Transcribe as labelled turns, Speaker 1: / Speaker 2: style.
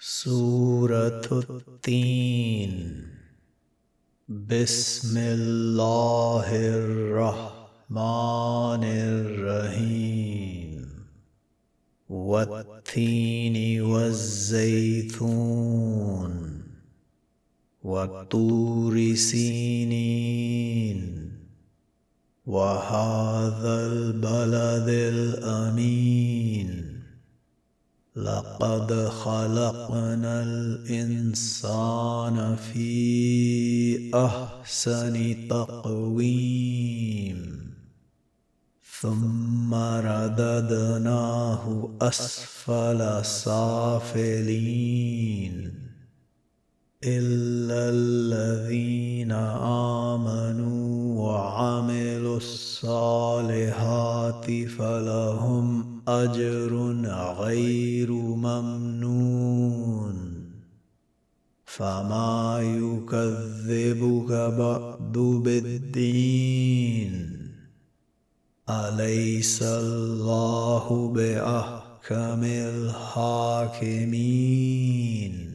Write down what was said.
Speaker 1: سورة التين. بسم الله الرحمن الرحيم. والتين والزيتون والطور سينين وهذا البلد الأمين. لقد خلقنا الإنسان في أحسن تقويم ثم رددناه أسفل سافلين إلا الذين آمنوا وعملوا الصالحات فلهم أجر غير ممنون. فما يكذبك بعد بالدين؟ أليس الله بأحكم الحاكمين؟